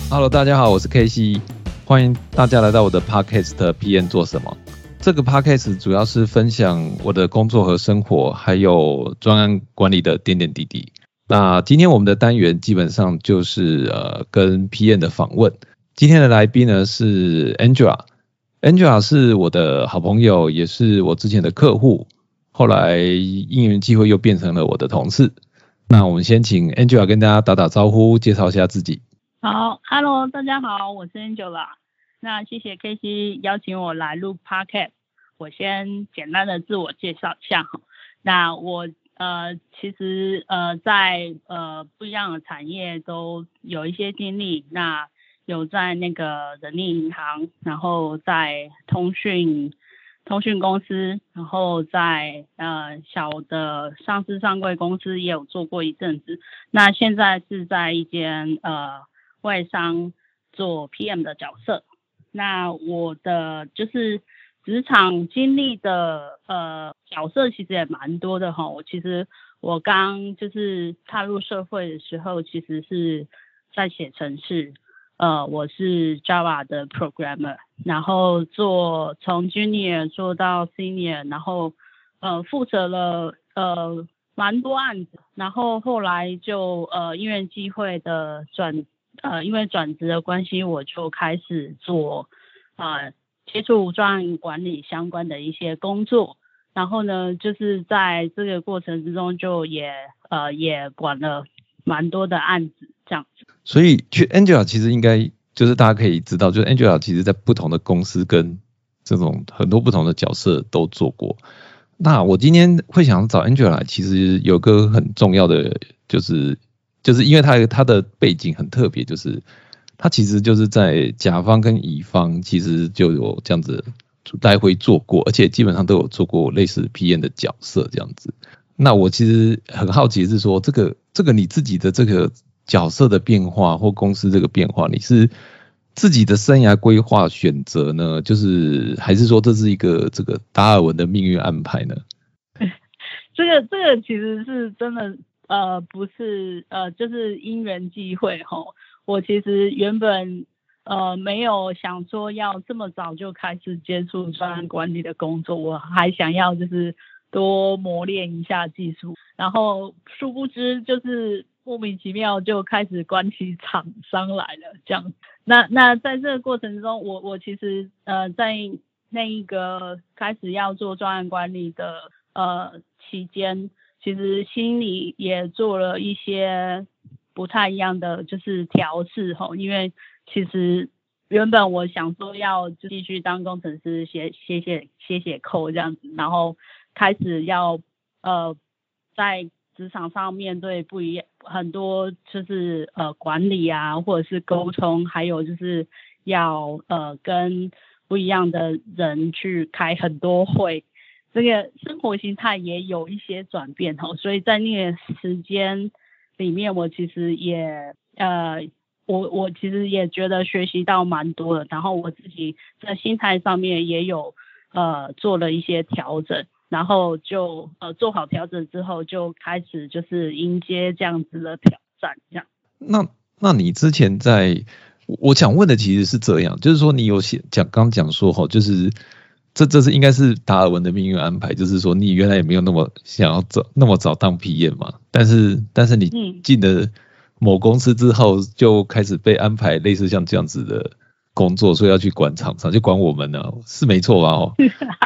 Hello， 大家好，我是 KC， 欢迎大家来到我的 Podcast PM 做什么。这个 Podcast 主要是分享我的工作和生活，还有专案管理的点点滴滴。那今天我们的单元基本上就是跟 PM 的访问。今天的来宾呢是 Angela。Angela 是我的好朋友，也是我之前的客户，后来因缘际会又变成了我的同事。那我们先请 Angela 跟大家打打招呼，介绍一下自己。 好 ，Hello， 大家好，我是 Angela。那谢谢 KC 邀请我来录 Podcast。我先简单的自我介绍一下哈。那我其实在不一样的产业都有一些经历。那有在那个人力银行，然后在通讯公司，然后在小的上市上柜公司也有做过一阵子。那现在是在一间外商做 PM 的角色。那我的就是职场经历的角色其实也蛮多的哈。我刚就是踏入社会的时候，其实是在写程式。我是 Java 的 programmer， 然后从 Junior 做到 Senior， 然后负责了蛮多案子，然后后来就因缘际会的因为转职的关系，我就开始做接触专案管理相关的一些工作。然后呢，就是在这个过程之中，就也管了蛮多的案子这样子。 所以Angela 其实应该就是大家可以知道，就是 Angela 其实在不同的公司跟这种很多不同的角色都做过。那我今天会想找 Angela 来，其实有个很重要的就是因为他的背景很特别，就是他其实就是在甲方跟乙方其实就有这样子来回做过，而且基本上都有做过类似 PM 的角色这样子。那我其实很好奇是说，这个你自己的这个角色的变化或公司这个变化，你是自己的生涯规划选择呢，就是还是说这是一个这个达尔文的命运安排呢？ 这个其实是真的不是就是因缘际会齁。我其实原本没有想说要这么早就开始接触专案管理的工作，我还想要就是多磨练一下技术，然后殊不知就是莫名其妙就开始关起厂商来了这样。那在这个过程中，我其实在那一个开始要做专案管理的期间，其实心里也做了一些不太一样的就是调试齁。因为其实原本我想说要继续当工程师，写code这样子，然后开始要在职场上面对不一样很多就是管理啊，或者是沟通，还有就是要跟不一样的人去开很多会，这个生活形态也有一些转变齁。所以在那个时间里面，我其实也我其实也觉得学习到蛮多的，然后我自己在心态上面也有做了一些调整，然后就做好调整之后，就开始就是迎接这样子的挑战这样。 那你之前我想问的其实是这样，就是说你有刚讲说齁，就是这是应该是达尔文的命运安排，就是说你原来也没有那么想要那么早当 PM 嘛，但是你进了某公司之后，就开始被安排类似像这样子的工作，所以要去管厂商，就管我们呢，是没错吧？哦，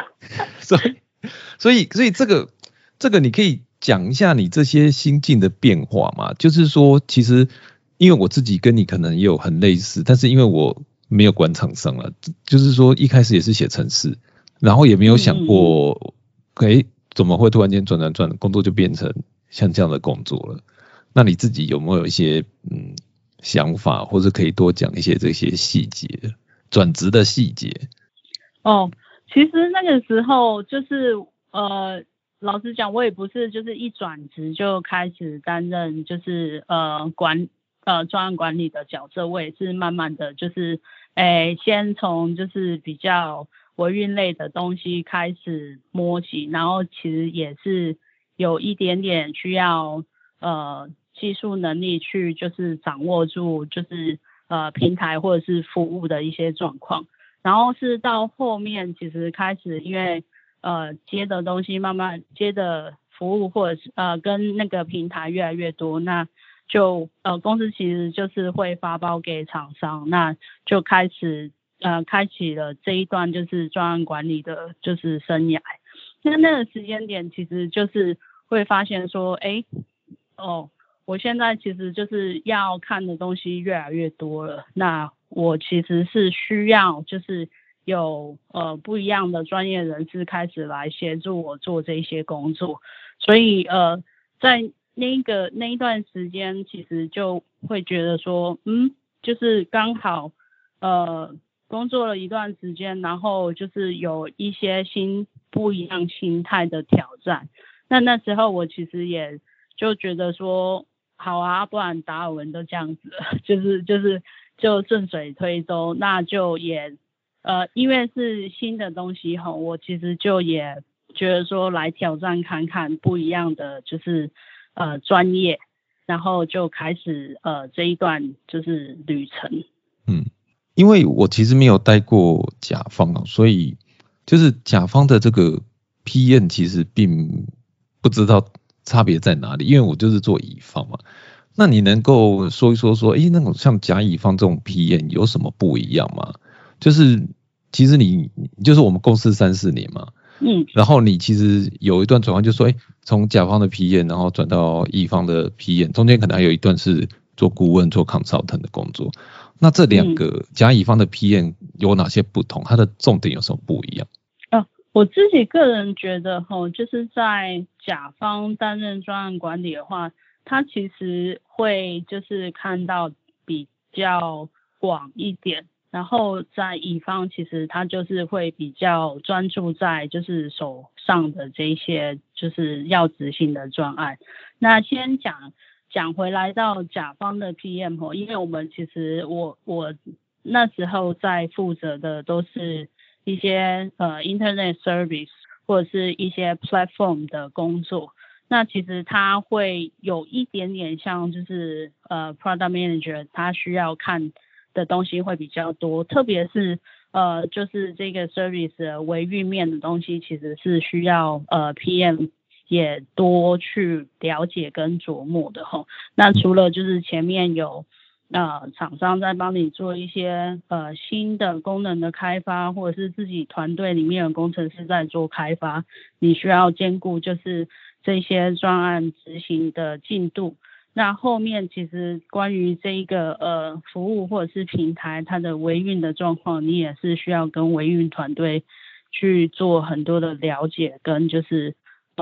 所以这个你可以讲一下你这些心境的变化嘛？就是说，其实因为我自己跟你可能也有很类似，但是因为我没有管厂商了，就是说一开始也是写程式，然后也没有想过，怎么会突然间转工作就变成像这样的工作了？那你自己有没有一些想法，或者可以多讲一些这些细节，转职的细节？ 哦，其实那个时候就是老实讲，我也不是就是一转职就开始担任就是专案管理的角色，我也是慢慢的就是先从就是比较维运类的东西开始摸起，然后其实也是有一点点需要技术能力去就是掌握住就是平台或者是服务的一些状况。然后是到后面其实开始因为接的东西慢慢接的服务或者是跟那个平台越来越多，那就公司其实就是会发包给厂商，那就开始开启了这一段就是专案管理的就是生涯。那个时间点其实就是会发现说我现在其实就是要看的东西越来越多了，那我其实是需要就是有不一样的专业人士开始来协助我做这些工作，所以在那一段时间其实就会觉得说就是刚好工作了一段时间，然后就是有一些不一样心态的挑战。那时候我其实也就觉得说好啊，不然达尔文都这样子了，就顺水推舟，那就也因为是新的东西我其实就也觉得说来挑战看看不一样的就是专业，然后就开始这一段就是旅程。 因为我其实没有待过甲方所以就是甲方的这个 PM 其实并不知道差别在哪里，因为我就是做乙方嘛。那你能够说一说那种像甲乙方这种 PM 有什么不一样吗？就是其实你就是我们共事3-4年嘛，然后你其实有一段转换，就说从甲方的 PM 然后转到乙方的 PM， 中间可能还有一段是做顾问做 consultant 的工作。那这两个甲乙方的 PM 有哪些不同？它的重点有什么不一样？ 我自己个人觉得就是在甲方担任专案管理的话，他其实会就是看到比较广一点，然后在乙方其实他就是会比较专注在就是手上的这些就是要执行的专案。那先讲回来到甲方的 PM 因为我们其实我那时候在负责的都是一些Internet Service 或者是一些 Platform 的工作，那其实它会有一点点像就是Product Manager 他需要看的东西会比较多，特别是就是这个 Service 的维运面的东西其实是需要PM 也多去了解跟琢磨的那除了就是前面有厂商在帮你做一些新的功能的开发，或者是自己团队里面的工程师在做开发，你需要兼顾就是这些专案执行的进度。那后面其实关于这一个服务或者是平台它的维运的状况，你也是需要跟维运团队去做很多的了解，跟就是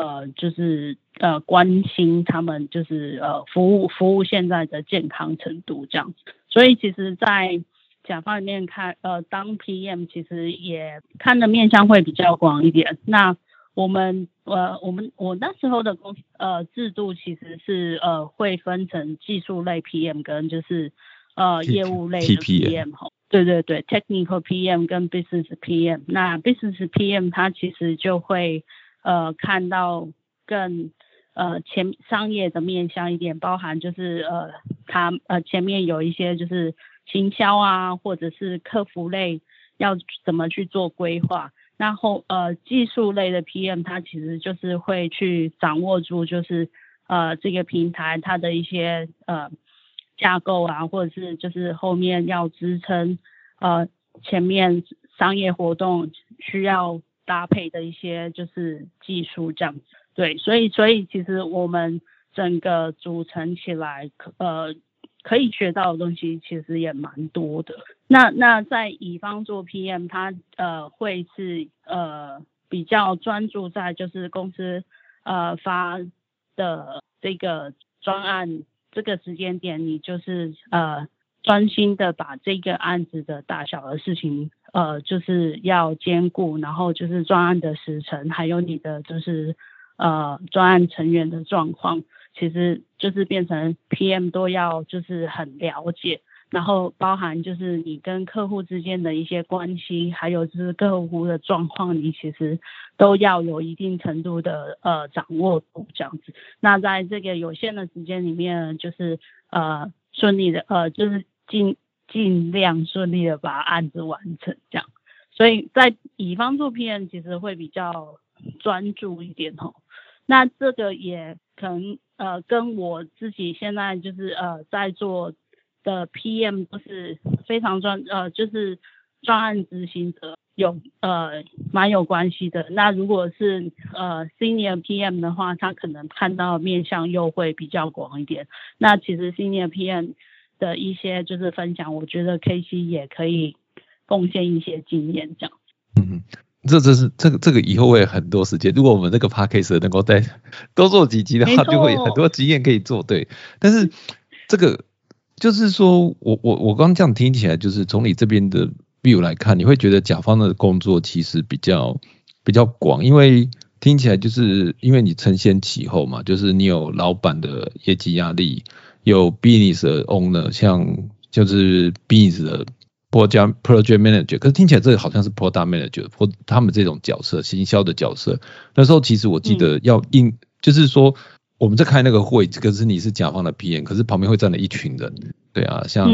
关心他们就是服务现在的健康程度这样子。所以其实在甲方里面看当 PM 其实也看的面向会比较广一点。那我那时候的制度其实是会分成技术类 PM 跟就是业务类的 PM 对 Technical PM 跟 Business PM。 那 Business PM 它其实就会看到更商业的面向一点，包含就是它前面有一些就是行销啊，或者是客服类要怎么去做规划。然后技术类的 PM 它其实就是会去掌握住就是这个平台它的一些架构啊，或者是就是后面要支撑前面商业活动需要搭配的一些就是技术这样子。对，所以其实我们整个组成起来可以学到的东西其实也蛮多的。那在乙方做 PM 他会是比较专注在就是公司发的这个专案这个时间点，你就是专心的把这个案子的大小的事情就是要兼顾，然后就是专案的时程，还有你的就是专案成员的状况，其实就是变成 PM 都要就是很了解，然后包含就是你跟客户之间的一些关系，还有就是客户的状况，你其实都要有一定程度的掌握度这样子。那在这个有限的时间里面，就是顺利的就是尽量顺利的把案子完成这样。所以在乙方做 PM 其实会比较专注一点吼。那这个也可能跟我自己现在就是在做的 PM 都是非常就是专案执行者有蛮有关系的。那如果是Senior PM 的话，他可能看到面向又会比较广一点。那其实 Senior PM 的一些就是分享，我觉得 KC 也可以贡献一些经验这样。 这个以后会有很多时间。如果我们这个 podcast 能够再多做几集的话，就会有很多经验可以做。对，但是这个就是说我刚刚这样听起来，就是从你这边的 view 来看，你会觉得甲方的工作其实比较广，因为听起来就是因为你承先启后嘛，就是你有老板的业绩压力，有 business owner， 像就是 business 的project manager， 可是听起来这个好像是 product manager， 或他们这种角色，行销的角色。那时候其实我记得就是说我们在开那个会，可是你是甲方的 PM， 可是旁边会站了一群人，对啊，像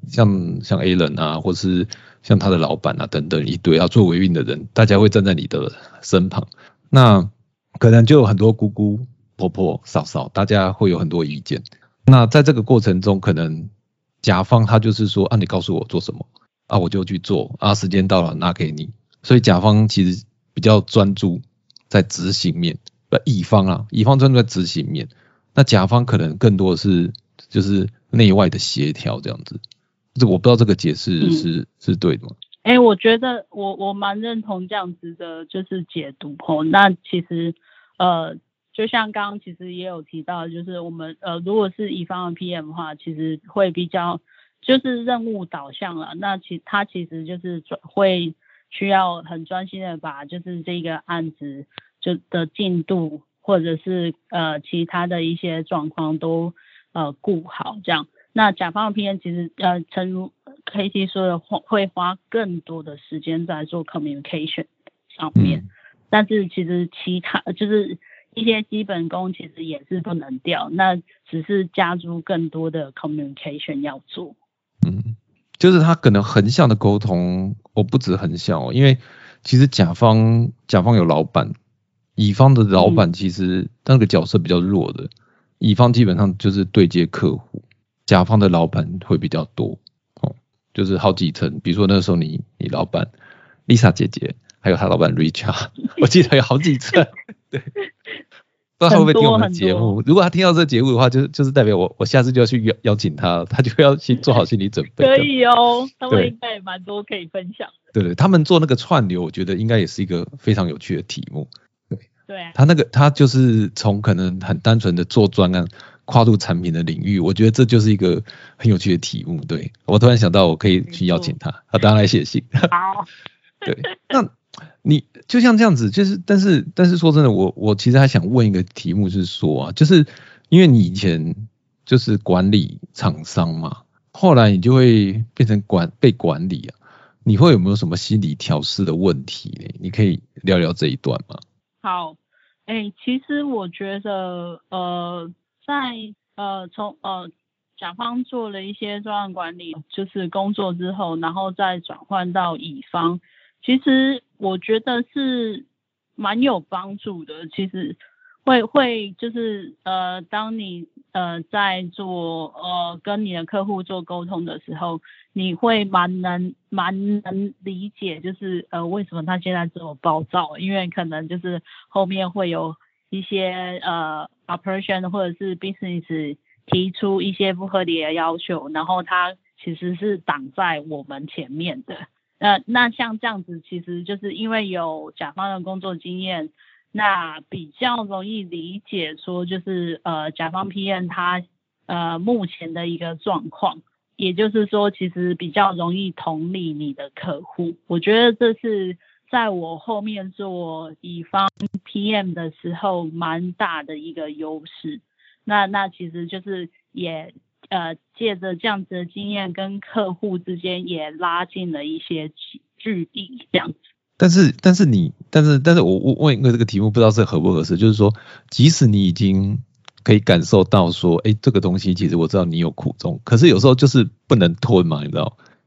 Alan 啊，或是像他的老板啊等等一堆要做维运的人，大家会站在你的身旁，那可能就有很多姑姑、婆婆、嫂嫂，大家会有很多意见。那在这个过程中，可能甲方他就是说啊，你告诉我做什么。啊，我就去做啊，时间到了拿给你。所以甲方其实比较专注在执行面，乙方专注在执行面，那甲方可能更多的是就是内外的协调这样子。这我不知道这个解释是对的吗？ 我觉得我蛮认同这样子的，就是解读吼。那其实就像刚刚其实也有提到，就是我们如果是乙方的 PM 的话，其实会比较。就是任务导向了，那他其实就是会需要很专心的把就是这个案子就的进度或者是其他的一些状况都顾好这样。那甲方的 PM 其实诚如 KC 说的，会花更多的时间在做 communication 上面，但是其实其他就是一些基本功其实也是不能掉，那只是加入更多的 communication 要做。 就是他可能横向的沟通，不止横向因为其实甲方有老板，乙方的老板其实那个角色比较弱的，乙方基本上就是对接客户，甲方的老板会比较多就是好几层，比如说那时候你老板 Lisa 姐姐，还有他老板 Richard， 我记得有好几层，对。不知道他会不会听我们的节目？如果他听到这个节目的话，就是代表我下次就要去邀请他，他就要去做好心理准备。 可以哦，他们应该也蛮多可以分享的。 对，他们做那个串流，我觉得应该也是一个非常有趣的题目。 对啊， 他就是从可能很单纯的做专案，跨入产品的领域，我觉得这就是一个很有趣的题目。对，我突然想到，我可以去邀请他，当然来写信。 好， 对，那。你就像这样子，就是但是说真的，我其实还想问一个题目，就是说就是因为你以前就是管理厂商嘛，后来你就会变成被管理你会有没有什么心理调试的问题呢？你可以聊聊这一段吗？ 好，其实我觉得在从甲方做了一些专案管理就是工作之后，然后再转换到乙方。其实我觉得是蛮有帮助的，其实会就是当你在做跟你的客户做沟通的时候，你会蛮能理解，就是为什么他现在这么暴躁，因为可能就是后面会有一些operation 或者是 business 提出一些不合理的要求，然后他其实是挡在我们前面的。那像这样子，其实就是因为有甲方的工作经验，那比较容易理解说，就是甲方 PM 他目前的一个状况，也就是说，其实比较容易同理你的客户。我觉得这是在我后面做乙方 PM 的时候蛮大的一个优势。那其实就是也借着这样子的经验，跟客户之间也拉近了一些距离，这样子。 但是我问一个这个题目，不知道是合不合适，就是说，即使你已经可以感受到说，这个东西其实我知道你有苦衷，可是有时候就是不能吞嘛，你知道，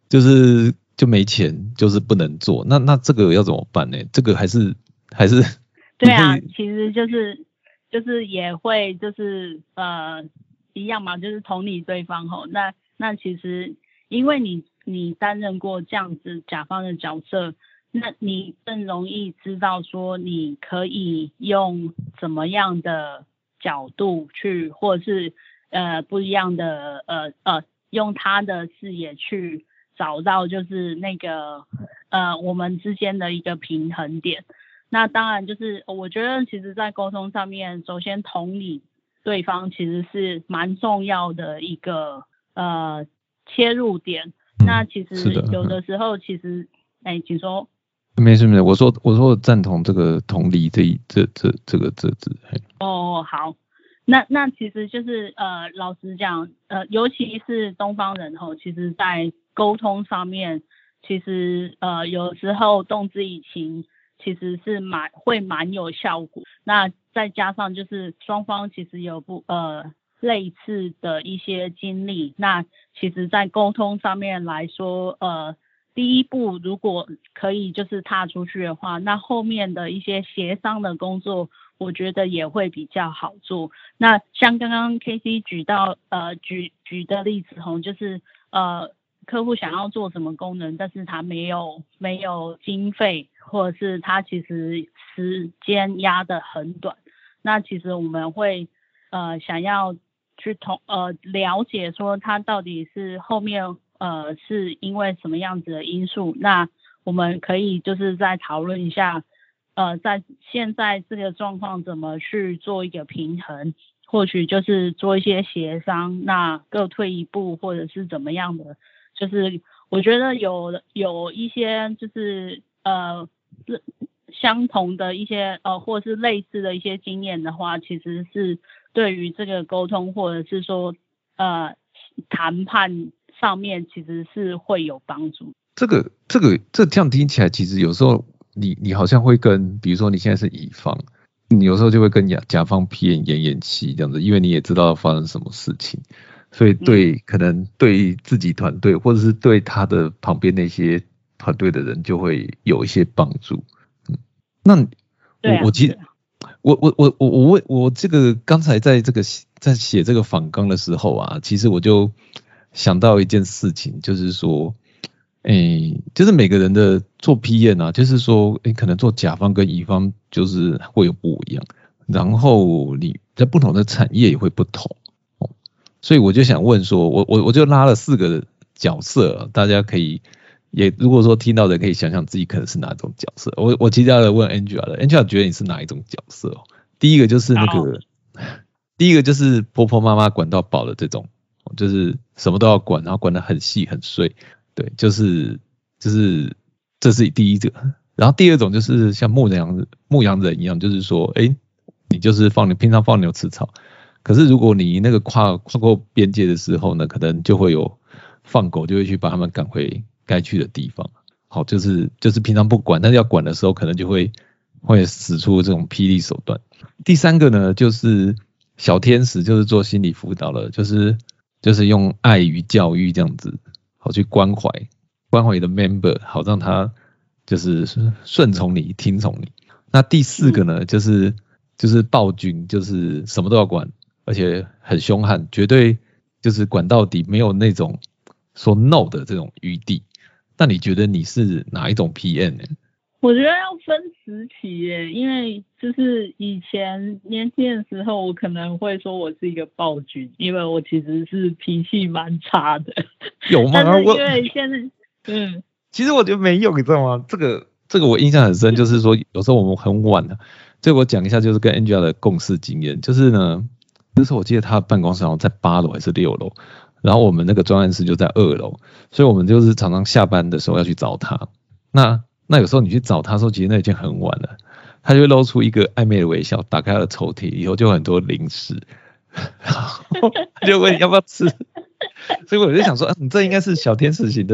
就没钱，就是不能做。那这个要怎么办呢？这个还是对啊，其实就是也会就是一样嘛，就是同理对方吼。那其实因为你担任过这样子甲方的角色，那你更容易知道说你可以用怎么样的角度去，或者是不一样的用他的视野去找到就是那个我们之间的一个平衡点。那当然就是我觉得其实在沟通上面，首先同理对方其实是蛮重要的一个切入点。那其实有的时候其实请说。 没事，我说我赞同这个同理这个字。 哦，好，那其实就是老实讲，尤其是东方人吼，其实在沟通上面，其实有时候动之以情，其实是会蛮有效果。那再加上就是双方其实有类似的一些经历，那其实在沟通上面来说，第一步如果可以就是踏出去的话，那后面的一些协商的工作，我觉得也会比较好做。那像刚刚 KC 举的例子吼，就是客户想要做什么功能，但是他没有经费，或者是他其实时间压得很短，那其实我们会想要去了解说他到底是后面是因为什么样子的因素，那我们可以就是再讨论一下在现在这个状况怎么去做一个平衡，或许就是做一些协商，那各退一步或者是怎么样的，就是我觉得有一些就是相同的一些或是类似的一些经验的话，其实是对于这个沟通或者是说谈判上面其实是会有帮助。 这样听起来，其实有时候你好像会跟，比如说你现在是乙方，你有时候就会跟甲方演戏这样子，因为你也知道发生什么事情，所以可能对自己团队或者是对他的旁边那些团队的人就会有一些帮助。那我其实我这个刚才在写这个访纲的时候啊，其实我就想到一件事情，就是说，就是每个人的做 PM 啊，就是说，可能做甲方跟乙方就是会有不一样，然后你在不同的产业也会不同，所以我就想问说，我就拉了4个角色，大家可以也如果说听到的可以想想自己可能是哪种角色。我其实要来问 Angela 觉得你是哪一种角色？第一个就是第一个就是婆婆妈妈管到饱的这种，就是什么都要管，然后管得很细很碎，对，就是这是第一个。然后第二种就是像牧羊人一样，就是说，你就是平常放牛吃草，可是如果你那个跨过边界的时候呢，可能就会有放狗，就会去把他们赶回该去的地方。好，就是平常不管，但是要管的时候，可能就会使出这种霹雳手段。第三个呢，就是小天使，就是做心理辅导的，就是用爱与教育这样子，好去关怀你的 member， 好让他就是顺从你、听从你。那第4个呢，就是暴君，就是什么都要管，而且很凶悍，绝对就是管到底，没有那种说 no 的这种余地。那你觉得你是哪一种 PM 呢？ 我觉得要分时期耶，因为就是以前年轻的时候，我可能会说我是一个暴君，因为我其实是脾气蛮差的。 有吗？ 但是因为现在， 其实我觉得没有，你知道吗？这个我印象很深，就是说有时候我们很晚了，这我讲一下，就是跟 Angela 的共事经验，就是呢，那时候我记得他的办公室好像在8楼还是6楼，然后我们那个专案室就在2楼，所以我们就是常常下班的时候要去找他。那有时候你去找他的时候，其实那已经很晚了，他就会露出一个暧昧的微笑，打开了抽屉，以后就有很多零食，然后他就问你要不要吃，所以我就想说，你这应该是小天使型的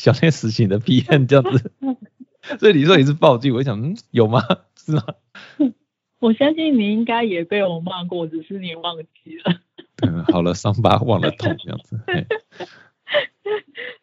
PM 这样子，所以你说你是暴君，我就想，有吗？是吗？ 我相信你应该也被我骂过，只是你忘记了。 好了，伤疤忘了痛这样子。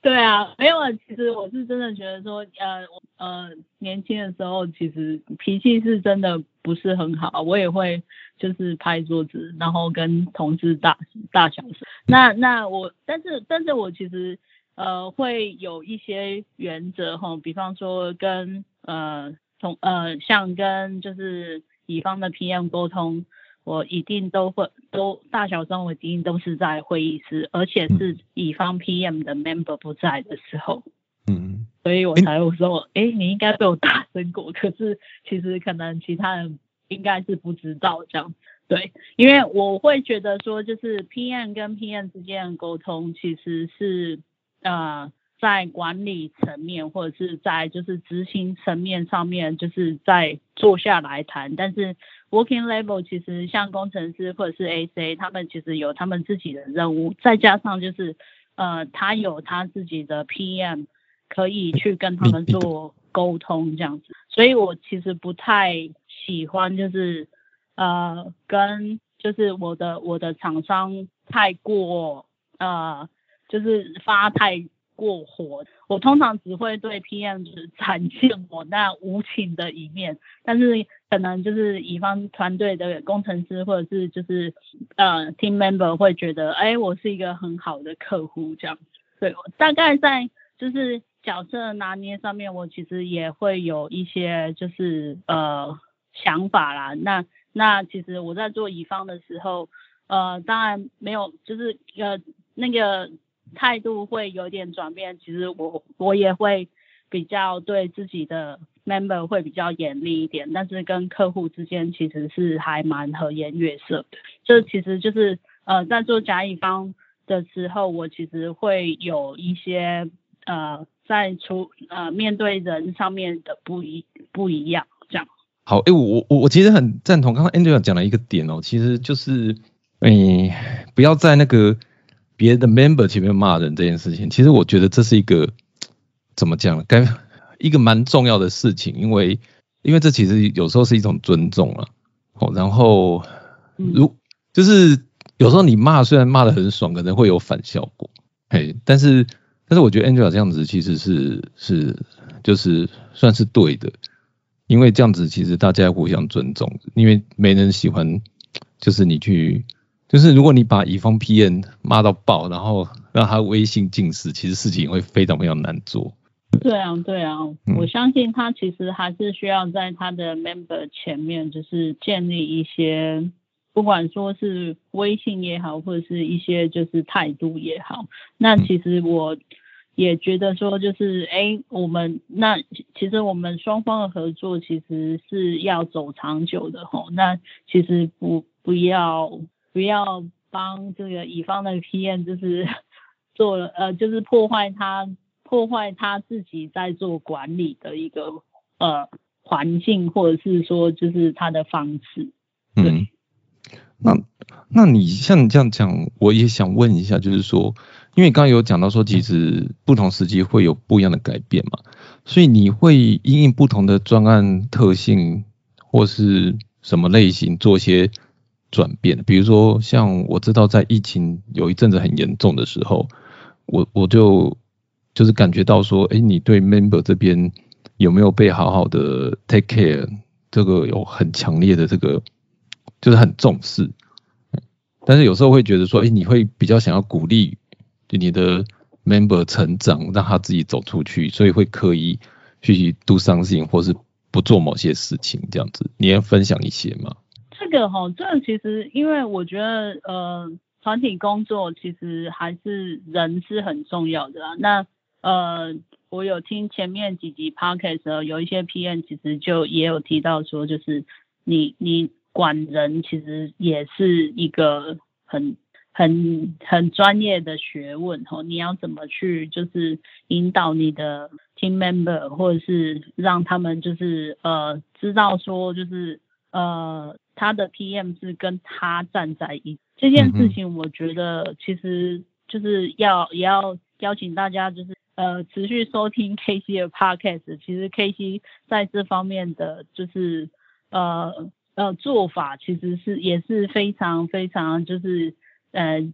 对啊，没有啊。其实我是真的觉得说，年轻的时候其实脾气是真的不是很好，我也会就是拍桌子，然后跟同事大小声。那我，但是我其实会有一些原则哈，比方说跟像跟就是乙方的 PM 沟通。我一定都大小声，我一定都是在会议室，而且是乙方 PM 的 member 不在的时候，所以我才会说，你应该被我大声过，可是其实可能其他人应该是不知道这样，对，因为我会觉得说，就是 PM 跟 PM 之间的沟通其实是在管理层面或者是在就是执行层面上面，就是在坐下来谈。但是 working level 其实像工程师或者是 AC， 他们其实有他们自己的任务，再加上就是他有他自己的 PM 可以去跟他们做沟通这样子。所以我其实不太喜欢就是跟就是我的厂商太过就是发太过火，我通常只会对 PM 就是展现我那无情的一面，但是可能就是乙方团队的工程师或者是就是team member 会觉得，我是一个很好的客户这样子。对，我大概在就是角色拿捏上面，我其实也会有一些就是想法啦。那其实我在做乙方的时候，当然没有就是那个态度会有点转变，其实我也会比较对自己的 member 会比较严厉一点，但是跟客户之间其实是还蛮和颜悦色的。这其实就是在做甲乙方的时候，我其实会有一些在面对人上面的不一样这样。 好，我其实很赞同刚刚 Angela 讲的一个点哦，其实就是不要在那个别人的 member 前面骂人这件事情，其实我觉得这是一个怎么讲，一个蛮重要的事情，因为这其实有时候是一种尊重啊。然后就是有时候你骂虽然骂得很爽，可能会有反效果，但是我觉得 Angela 这样子其实是就是算是对的。因为这样子其实大家互相尊重，因为没人喜欢就是就是如果你把乙方 PM 骂到爆，然后让他威信尽失，其实事情会非常非常难做。 对啊，我相信他其实还是需要在他的 member 前面就是建立一些，不管说是威信也好，或者是一些就是态度也好。那其实我也觉得说就是其实我们双方的合作其实是要走长久的齁。那其实不要帮这个乙方的 PM 就是做了就是破坏他自己在做管理的一个环境，或者是说就是他的方式。对。 那你像你这样讲，我也想问一下，就是说，因为刚刚有讲到说，其实不同时期会有不一样的改变嘛，所以你会因应不同的专案特性或是什么类型做一些转变。比如说，像我知道在疫情有一阵子很严重的时候，我就是感觉到说，你对 member 这边有没有被好好的 take care， 这个有很强烈的这个就是很重视。但是有时候会觉得说，你会比较想要鼓励你的 member 成长，让他自己走出去，所以会刻意去 do something 或是不做某些事情这样子。你要分享一些吗？ 这个其实因为我觉得团体工作其实还是人是很重要的啦。那我有听前面几集 podcast 有一些 PM 其实就也有提到说，就是你管人其实也是一个很专业的学问你要怎么去就是引导你的 team member， 或者是让他们就是知道说就是他的 PM 是跟他站在一起这件事情。我觉得其实就是也要邀请大家就是持续收听 KC 的 podcast。其实 KC 在这方面的就是做法其实也是非常非常就是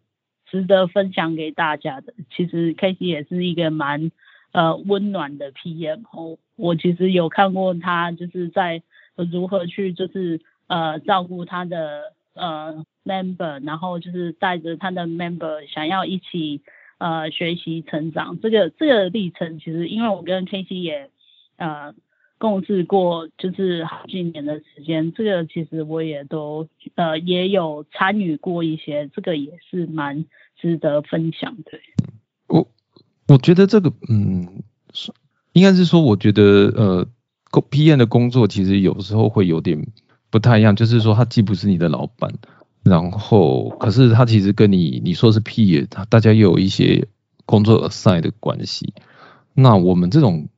值得分享给大家的。其实 Casey 也是一个蛮温暖的 PM 哦，我其实有看过他就是在如何去就是照顾他的member， 然后就是带着他的 member 想要一起学习成长。这个历程其实因为我跟 Casey 也共事过就是好几年的时间，这个其实我也都也有参与过一些，这个也是蛮值得分享的。 我觉得这个应该是说我觉得PM 的工作其实有时候会有点不太一样，就是说他既不是你的老板，然后可是他其实跟你说是 PM， 大家又有一些工作 assign 的关系。那我们这种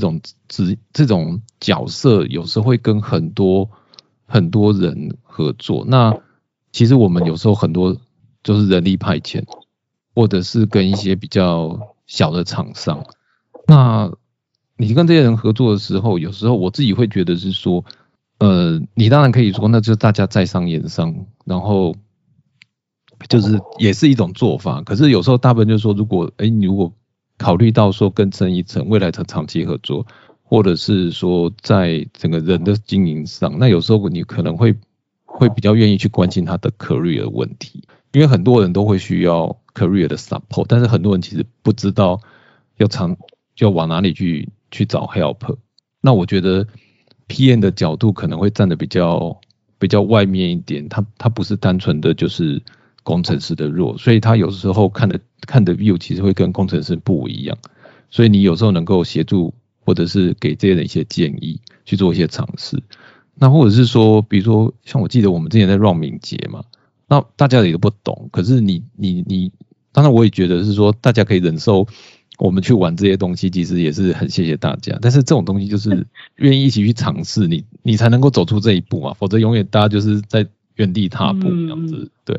角色有时候会跟很多人合作，那其实我们有时候很多就是人力派遣，或者是跟一些比较小的厂商。那你跟这些人合作的时候，有时候我自己会觉得是说，你当然可以说那就是大家在商言商，然后就是也是一种做法。可是有时候大部分就是说，你如果考虑到说更深一层未来的长期合作，或者是说在整个人的经营上，那有时候你可能会比较愿意去关心他的 career 的问题，因为很多人都会需要 career 的 support， 但是很多人其实不知道要往哪里去找 help。那我觉得 PM 的角度可能会站得比较外面一点，他不是单纯的就是工程师的role，所以他有时候看的 view 其实会跟工程师不一样，所以你有时候能够协助或者是给这些人一些建议，去做一些尝试。那或者是说，比如说像我记得我们之前在 run 敏捷嘛，那大家也都不懂，可是你当然我也觉得是说大家可以忍受我们去玩这些东西，其实也是很谢谢大家。但是这种东西就是愿意一起去尝试，你才能够走出这一步嘛，否则永远大家就是在原地踏步这样子。对，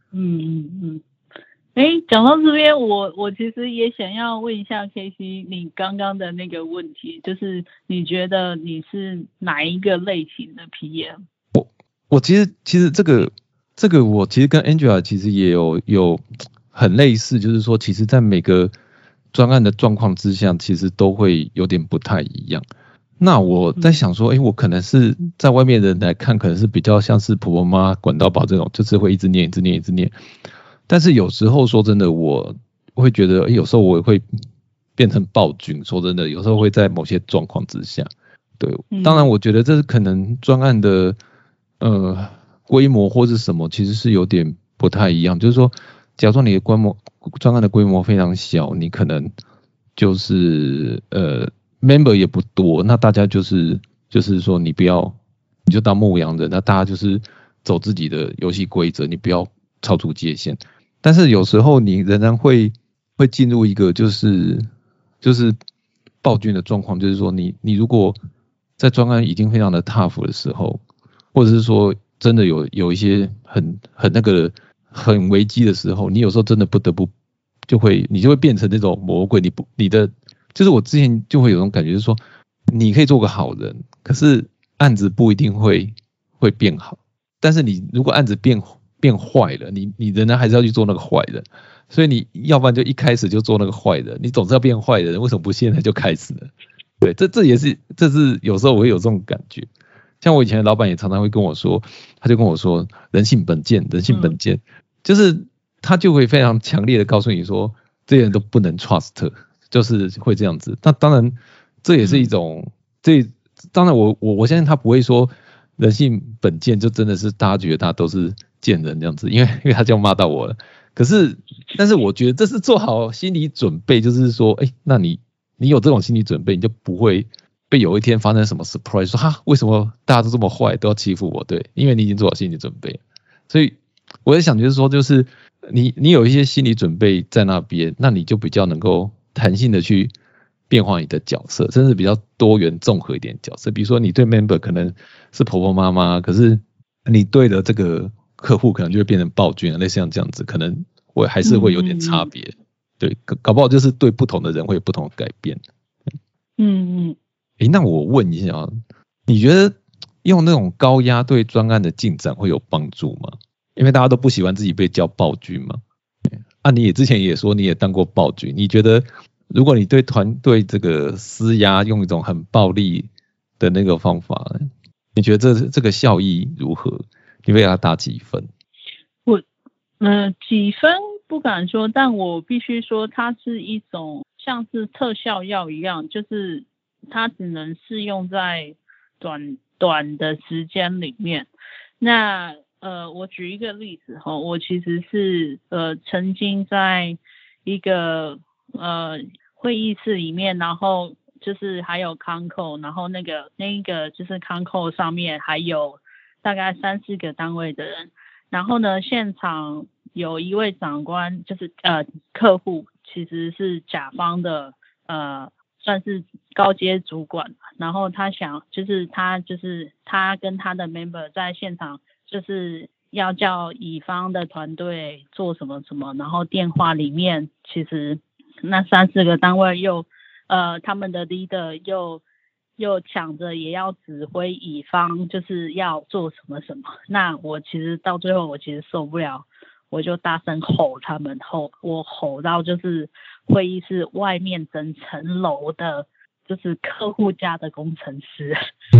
讲到这边，我其实也想要问一下 Casey， 你刚刚的那个问题，就是你觉得你是哪一个类型的 PM？ 我其实这个我其实跟 Angela 其实也有很类似，就是说其实在每个专案的状况之下，其实都会有点不太一样。那我在想说，我可能是在外面的人来看，可能是比较像是婆婆妈管到宝这种，就是会一直念。但是有时候说真的，我会觉得，有时候我会变成暴君。说真的，有时候会在某些状况之下，对，当然我觉得这是可能专案的规模或是什么，其实是有点不太一样。就是说，假如说你的专案的规模非常小，你可能就是member 也不多，那大家就是说你就当牧羊人，那大家就是走自己的游戏规则，你不要超出界限。但是有时候你仍然会进入一个就是暴君的状况，就是说你如果在专案已经非常的 tough 的时候，或者是说真的有一些很那个很危机的时候，你有时候真的不得不你就会变成那种魔鬼。你的就是我之前就会有种感觉，就是说你可以做个好人，可是案子不一定会变好。但是你如果案子变坏了，你仍然还是要去做那个坏人，所以你要不然就一开始就做那个坏人，你总是要变坏人，为什么不现在就开始呢？对，这是有时候我会有这种感觉。像我以前的老板也常常会跟我说，他就跟我说人性本贱，就是他就会非常强烈的告诉你说，这些人都不能 trust， 就是会这样子。那当然这也是一种，当然我相信他不会说人性本贱就真的是大家觉得他都是贱人这样子，因为他这样骂到我了。但是我觉得这是做好心理准备，就是说，那你有这种心理准备，你就不会被有一天发生什么 surprise， 说为什么大家都这么坏，都要欺负我？对，因为你已经做好心理准备。所以我在想，就是说，就是你有一些心理准备在那边，那你就比较能够弹性的去变化你的角色，甚至比较多元综合一点角色。比如说你对 member 可能是婆婆妈妈，可是你对的这个客户可能就会变成暴君，类似像这样子，可能还是会有点差别。对，搞不好就是对不同的人会有不同的改变。那我问一下啊，你觉得用那种高压对专案的进展会有帮助吗？因为大家都不喜欢自己被叫暴君嘛。 你也之前也说你也当过暴君，你觉得如果你对团队这个施压，用一种很暴力的那个方法，你觉得这个效益如何？你会给他打几分？ 我几分不敢说，但我必须说它是一种像是特效药一样，就是它只能适用在短的时间里面。那我举一个例子哈，我其实是曾经在一个会议室里面，然后就是还有Concall，然后那个就是 Concall 上面还有大概3-4个单位的人，然后呢现场有一位长官，就是客户其实是甲方的算是高阶主管，然后他跟他的 member 在现场就是要叫乙方的团队做什么什么，然后电话里面其实那3-4个单位他们的 leader 又抢着也要指挥乙方就是要做什么什么。那我其实到最后我其实受不了，我就大声吼他们，我吼到就是会议室外面整层楼的就是客户家的工程师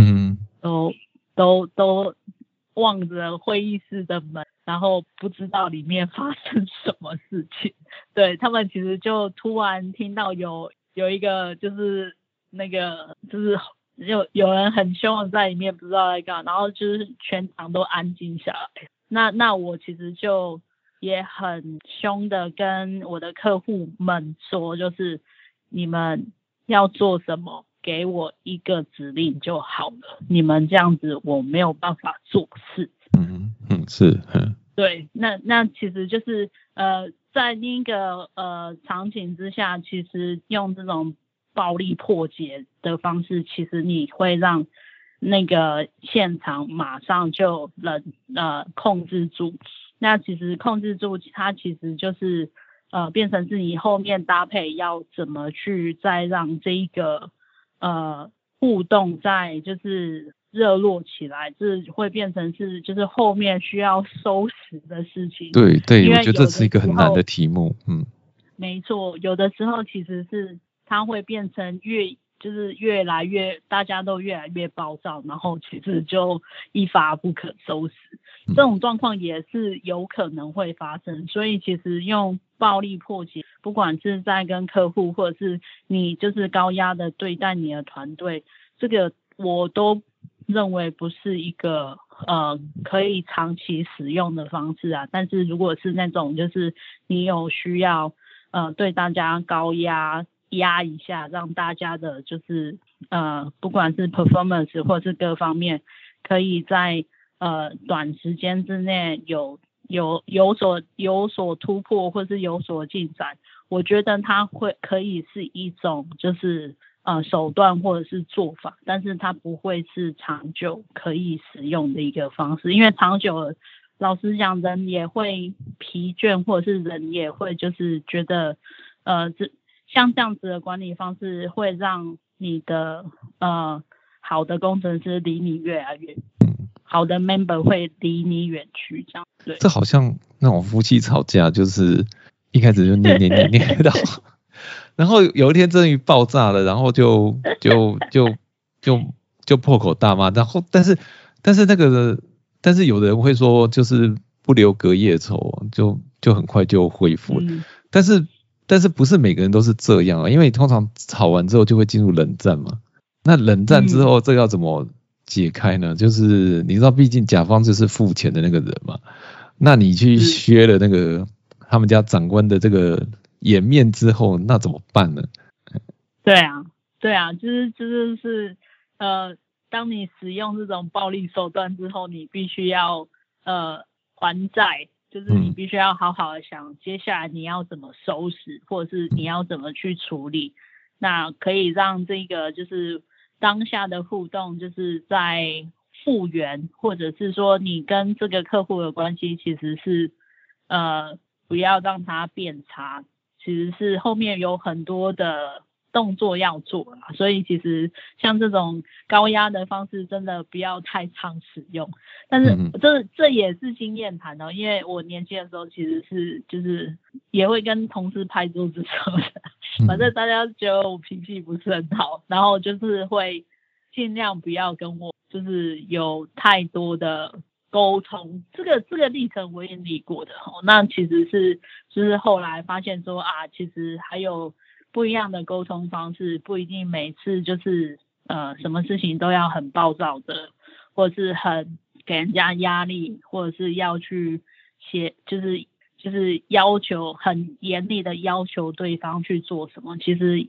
都望着会议室的门，然后不知道里面发生什么事情。对，他们其实就突然听到有一个就是那个就是有人很凶的在里面不知道在干嘛，然后就是全场都安静下来。那我其实就也很凶的跟我的客户们说，就是你们要做什么给我一个指令就好了，你们这样子我没有办法做事。 是， 对，那其实就是在另一个场景之下，其实用这种暴力破解的方式，其实你会让那个现场马上就控制住。那其实控制住它其实就是变成是你后面搭配要怎么去再让这一个互动再就是热络起来，这会变成是就是后面需要收拾的事情。 对对， 因为我觉得这是一个很难的题目。 没错，有的时候其实是它会变成就是越来越大家都越来越暴躁，然后其实就一发不可收拾。这种状况也是有可能会发生，所以其实用暴力破解，不管是在跟客户或者是你就是高压的对待你的团队，这个我都认为不是一个可以长期使用的方式啊。但是如果是那种就是你有需要对大家高压一下，让大家的就是不管是 performance 或是各方面可以在短时间之内有所突破或是有所进展，我觉得它可以是一种就是手段或者是做法，但是它不会是长久可以使用的一个方式。因为长久老实讲人也会疲倦，或者是人也会就是觉得像这样子的管理方式会让你的好的工程师离你越来越好的 member 会离你远去，这样。对， 这好像那种夫妻吵架，就是一开始就念到，然后有一天终于爆炸了，然后就破口大骂，然后但是有的人会说，就是不留隔夜仇，就很快就恢复了。但是不是每个人都是这样啊？因为通常吵完之后就会进入冷战嘛。那冷战之后，这个要怎么解开呢？就是你知道，毕竟甲方就是付钱的那个人嘛。那你去削了那个他们家长官的这个颜面之后，那怎么办呢？ 对啊，就是当你使用这种暴力手段之后，你必须要还债。就是你必须要好好的想接下来你要怎么收拾，或者是你要怎么去处理，那可以让这个就是当下的互动就是在复原，或者是说你跟这个客户的关系其实是不要让它变差，其实是后面有很多的动作要做啦，所以其实像这种高压的方式真的不要太常使用。但是这也是经验谈哦，因为我年轻的时候其实是就是也会跟同事拍桌子什么的，反正大家觉得我脾气不是很好，然后就是会尽量不要跟我就是有太多的沟通，这个历程我也理过的哦。那其实是就是后来发现说啊，其实还有不一样的沟通方式，不一定每次就是什么事情都要很暴躁的，或者是很给人家压力，或者是要去就是要求很严厉的要求对方去做什么。其实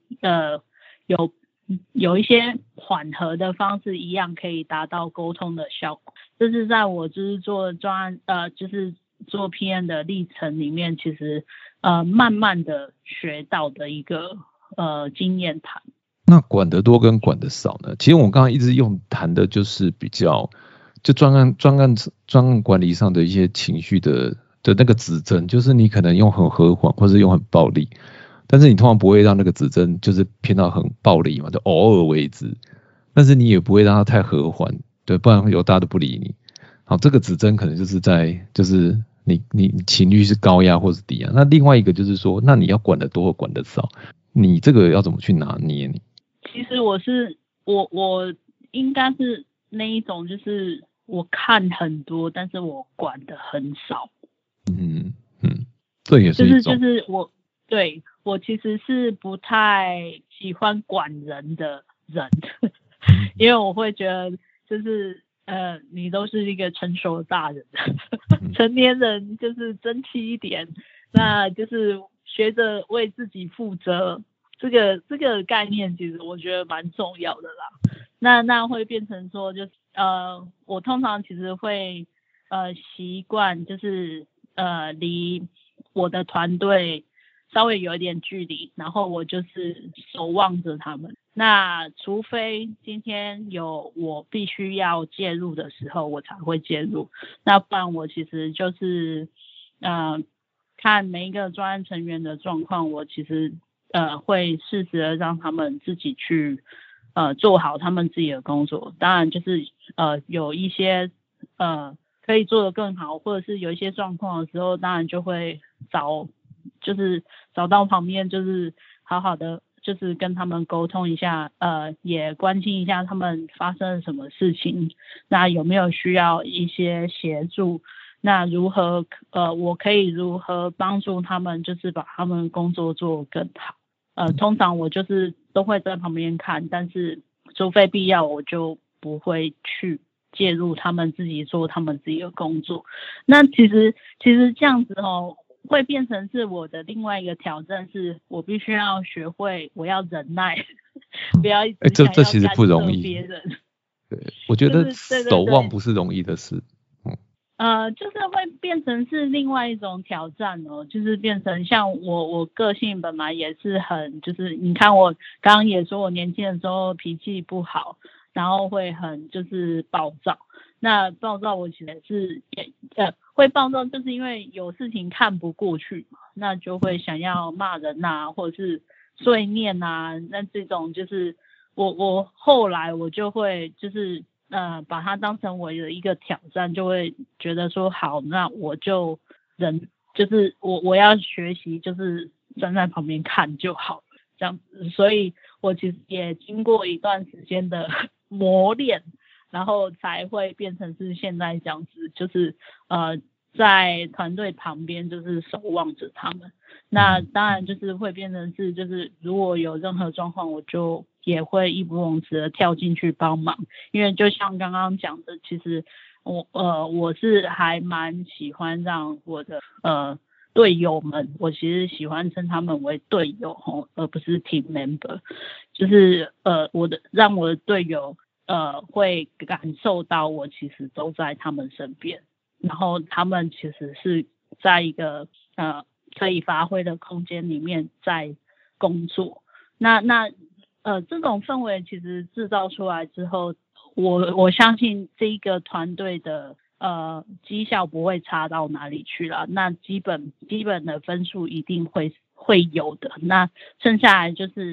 有一些缓和的方式，一样可以达到沟通的效果。这是在我就是做专案就是做 PM 的历程里面，其实慢慢的学到的一个经验谈。 那管得多跟管得少呢？其实我刚刚一直用谈的就是比较就专案管理上的一些情绪的那个指针，就是你可能用很和缓或是用很暴力，但是你通常不会让那个指针就是偏到很暴力嘛，就偶尔为之，但是你也不会让它太和缓，对，不然有大家都不理你。好，这个指针可能就是就是你情绪是高压或是低压。那另外一个就是说，那你要管得多或管得少，你这个要怎么去拿捏你？ 其实我应该是那一种，就是我看很多，但是我管的很少。 这也是一种。 就是我其实是不太喜欢管人的人，因为我会觉得就是你都是一个成熟的大人，成年人就是争气一点，那就是学着为自己负责。这个概念其实我觉得蛮重要的啦。那会变成说就是我通常其实会习惯就是离我的团队稍微有一点距离，然后我就是守望着他们。那除非今天有我必须要介入的时候，我才会介入。那不然我其实就是看每一个专案成员的状况，我其实会适时的让他们自己去做好他们自己的工作。当然就是有一些可以做得更好，或者是有一些状况的时候，当然就会找到旁边，就是好好的就是跟他们沟通一下，也关心一下他们发生了什么事情，那有没有需要一些协助，那我可以如何帮助他们，就是把他们工作做更好。通常我就是都会在旁边看，但是除非必要，我就不会去介入他们自己做他们自己的工作。那其实这样子会变成是我的另外一个挑战，是我必须要学会我要忍耐，不要一直想要这其实不容易。 别人。 对，我觉得守望不是容易的事。 就是会变成是另外一种挑战哦，就是变成像我个性本来也是很，就是你看我刚刚也说我年轻的时候脾气不好，然后会很就是暴躁。那暴躁我其实是会暴躁，就是因为有事情看不过去嘛，那就会想要骂人啊，或者是碎念啊。那这种就是我后来我就会就是把它当成我的一个挑战，就会觉得说好，那我就就是我要学习，就是站在旁边看就好这样子。所以我其实也经过一段时间的磨练，然后才会变成是现在这样子，就是在团队旁边就是守望着他们。那当然就是会变成是就是如果有任何状况，我就也会义不容辞的跳进去帮忙。因为就像刚刚讲的，其实我是还蛮喜欢让我的队友们，我其实喜欢称他们为队友而不是 team member， 就是让我的队友会感受到我其实都在他们身边，然后他们其实是在一个可以发挥的空间里面在工作。那这种氛围其实制造出来之后，我相信这一个团队的绩效不会差到哪里去啦。那基本的分数一定会有的。那剩下来就是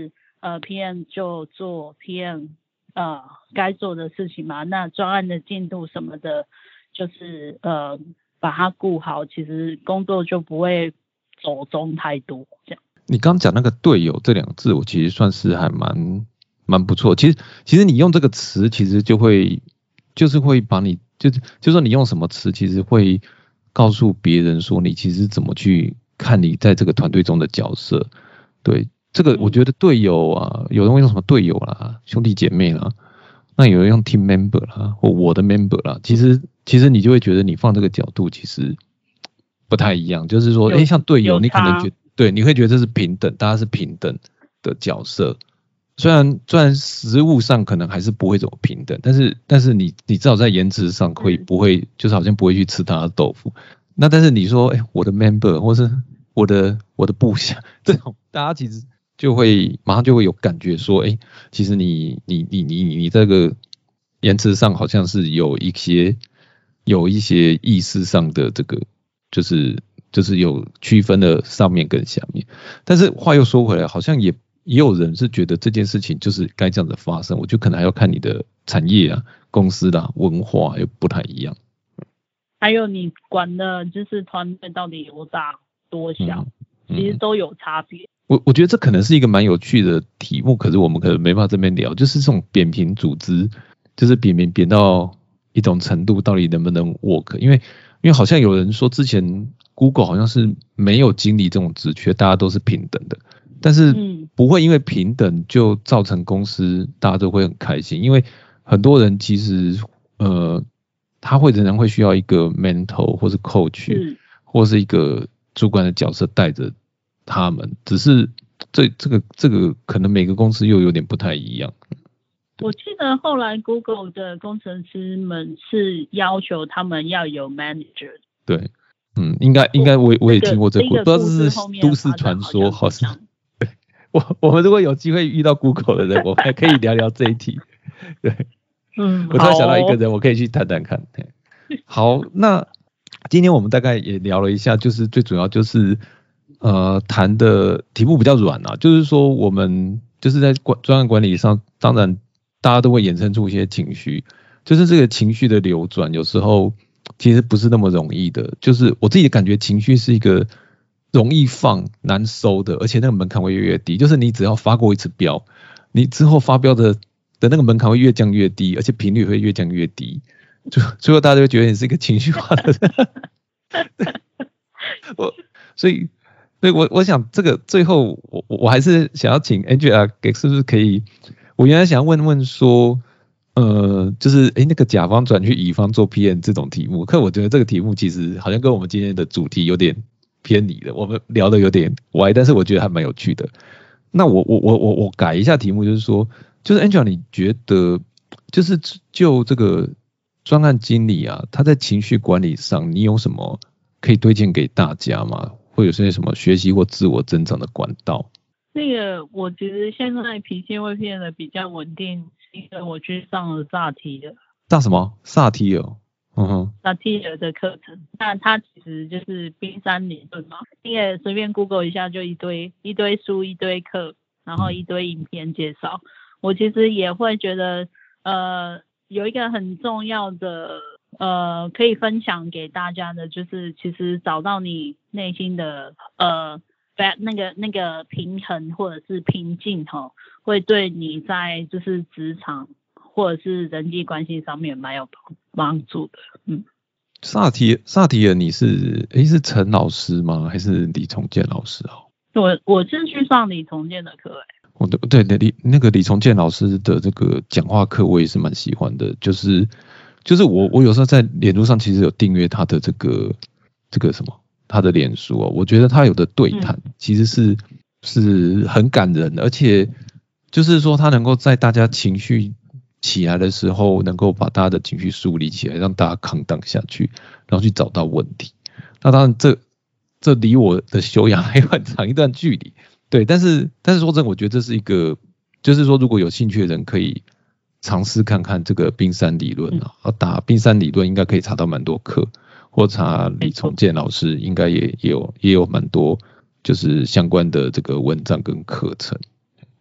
PM 就做 PM 该做的事情嘛，那专案的进度什么的，就是把它顾好，其实工作就不会走中太多这样。 你刚讲那个队友这2个字，我其实算是还蛮不错。其实你用这个词，其实就是会把你就说你用什么词，其实会告诉别人说你其实怎么去看你在这个团队中的角色。对，这个我觉得队友啊，有人会用什么队友啦、兄弟姐妹啦，那有人用 team member 啦，或我的 member 啦，其实你就会觉得你放这个角度其实不太一样，就是说，像队友，你可能觉得对，你会觉得这是平等，大家是平等的角色。虽然实务上可能还是不会怎么平等，但是你至少在言辞上不会就是好像不会去吃他的豆腐。那但是你说，我的 member 或是我的部下这种，大家其实就会马上就会有感觉说，其实你这个言辞上好像是有一些意识上的这个就是有区分的上面跟下面。但是话又说回来，好像也有人是觉得这件事情就是该这样子发生，我就可能还要看你的产业啊、公司啦、文化又不太一样。 还有你管的就是团队到底有大多小，其实都有差别。 我觉得这可能是一个蛮有趣的题目，可是我们可能没办法这边聊，就是这种扁平组织，就是扁到一种程度，到底能不能 work？ 因为好像有人说之前 Google 好像是没有经理这种职缺，大家都是平等的。但是不会因为平等就造成公司大家都会很开心，因为很多人其实他仍然会需要一个 mentor 或是 coach 或是一个主管的角色带着他们，只是这个可能每个公司又有点不太一样。 我记得后来 Google 的工程师们是要求他们要有 manager。 对，应该我也听过这个，不知道是都市传说，好像。我们如果有机会遇到 Google 的人，我们还可以聊聊这一题。对，我突然想到一个人，我可以去谈谈看。好，那今天我们大概也聊了一下，就是最主要就是谈的题目比较软啊，就是说我们就是在专案管理上，当然大家都会衍生出一些情绪，就是这个情绪的流转，有时候其实不是那么容易的。就是我自己的感觉，情绪是一个容易放难收的，而且那个门槛会越来越低。就是你只要发过一次飙，你之后发飙的那个门槛会越降越低，而且频率会越降越低。最后大家就会觉得你是一个情绪化的人。所以我想这个最后我还是想要请 Angela 是不是可以？我原来想要问说，就是那个甲方转去乙方做 PM 这种题目，可我觉得这个题目其实好像跟我们今天的主题有点偏离了，我们聊的有点歪，但是我觉得还蛮有趣的。那我改一下题目，就是说，就是 Angela 你觉得就是就这个专案经理啊，他在情绪管理上，你有什么可以推荐给大家吗？会有些什么学习或自我增长的管道？ 那个我其实现在脾气会变得比较稳定，是因为我去上了萨提尔。 萨什么？萨提尔？ 萨提尔的课程，那它其实就是冰山理论嘛。你也随便 Google 一下，就一堆书、一堆课，然后一堆影片介绍。我其实也会觉得，有一个很重要的可以分享给大家的，就是其实找到你内心的那个平衡或者是平静会对你在就是职场或者是人际关系上面蛮有帮助的。 萨提尔，你是陈老师吗？还是李崇建老师？ 我是去上李崇建的课。 对，那个李崇建老师的这个讲话课我也是蛮喜欢的，就是我有时候在脸书上其实有订阅他的这个什么他的脸书我觉得他有的对谈其实是很感人的，而且就是说他能够在大家情绪起来的时候，能够把大家的情绪梳理起来，让大家抗荡下去，然后去找到问题。那当然这离我的修养还有很长一段距离。对，但是说真的，我觉得这是一个，就是说如果有兴趣的人可以尝试看看这个冰山理论打冰山理论应该可以查到蛮多课，或查李崇建老师应该也有蛮多就是相关的这个文章跟课程。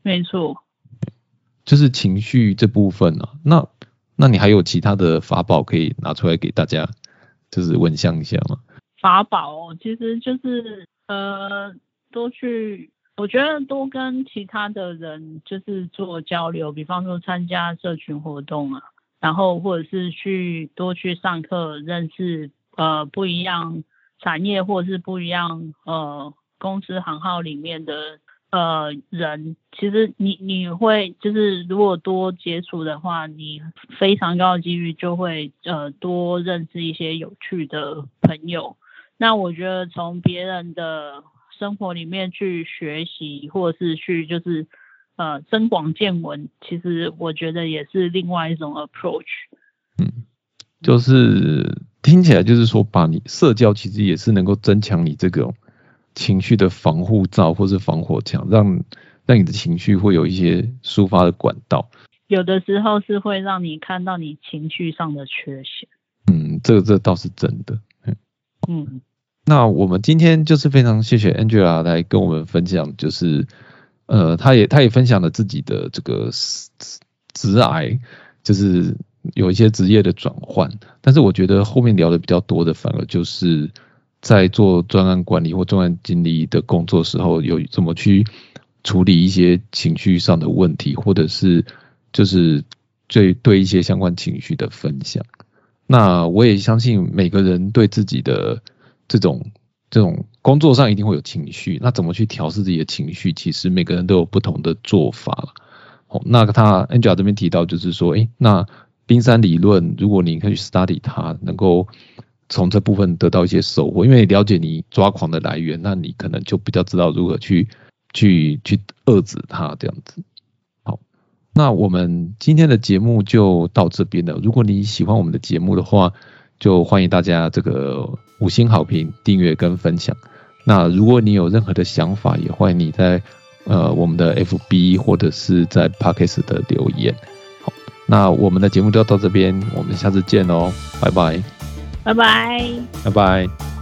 没错。 就是情绪这部分啊，那你还有其他的法宝可以拿出来给大家，就是分享一下吗？ 法宝其实就是多去，我觉得多跟其他的人就是做交流，比方说参加社群活动啊，然后或者是多去上课，认识不一样产业或者是不一样公司行号里面的人，其实你会就是如果多接触的话，你非常高的几率就会多认识一些有趣的朋友。那我觉得从别人的生活里面去学习，或者是去就是增广见闻，其实我觉得也是另外一种 approach。 就是听起来就是说，把你社交其实也是能够增强你这种情绪的防护罩或是防火墙，让你的情绪会有一些抒发的管道。 有的时候是会让你看到你情绪上的缺陷。 这倒是真的。那我们今天就是非常谢谢 Angela 来跟我们分享，就是她也分享了自己的这个职涯，就是有一些职业的转换，但是我觉得后面聊的比较多的反而就是在做专案管理或专案经理的工作时候，有怎么去处理一些情绪上的问题，或者是就是对一些相关情绪的分享。那我也相信每个人对自己的这种工作上一定会有情绪，那怎么去调试自己的情绪，其实每个人都有不同的做法。那Angela 这边提到就是说，那冰山理论，如果你可以去 study 它，能够从这部分得到一些收获，因为了解你抓狂的来源，那你可能就比较知道如何去遏制它这样子。好，那我们今天的节目就到这边了。如果你喜欢我们的节目的话，就欢迎大家这个5星好评、订阅跟分享。那如果你有任何的想法，也欢迎你在我们的 FB 或者是在 Podcast 的留言。好，那我们的节目就到这边，我们下次见哦，拜拜， 拜拜， 拜拜。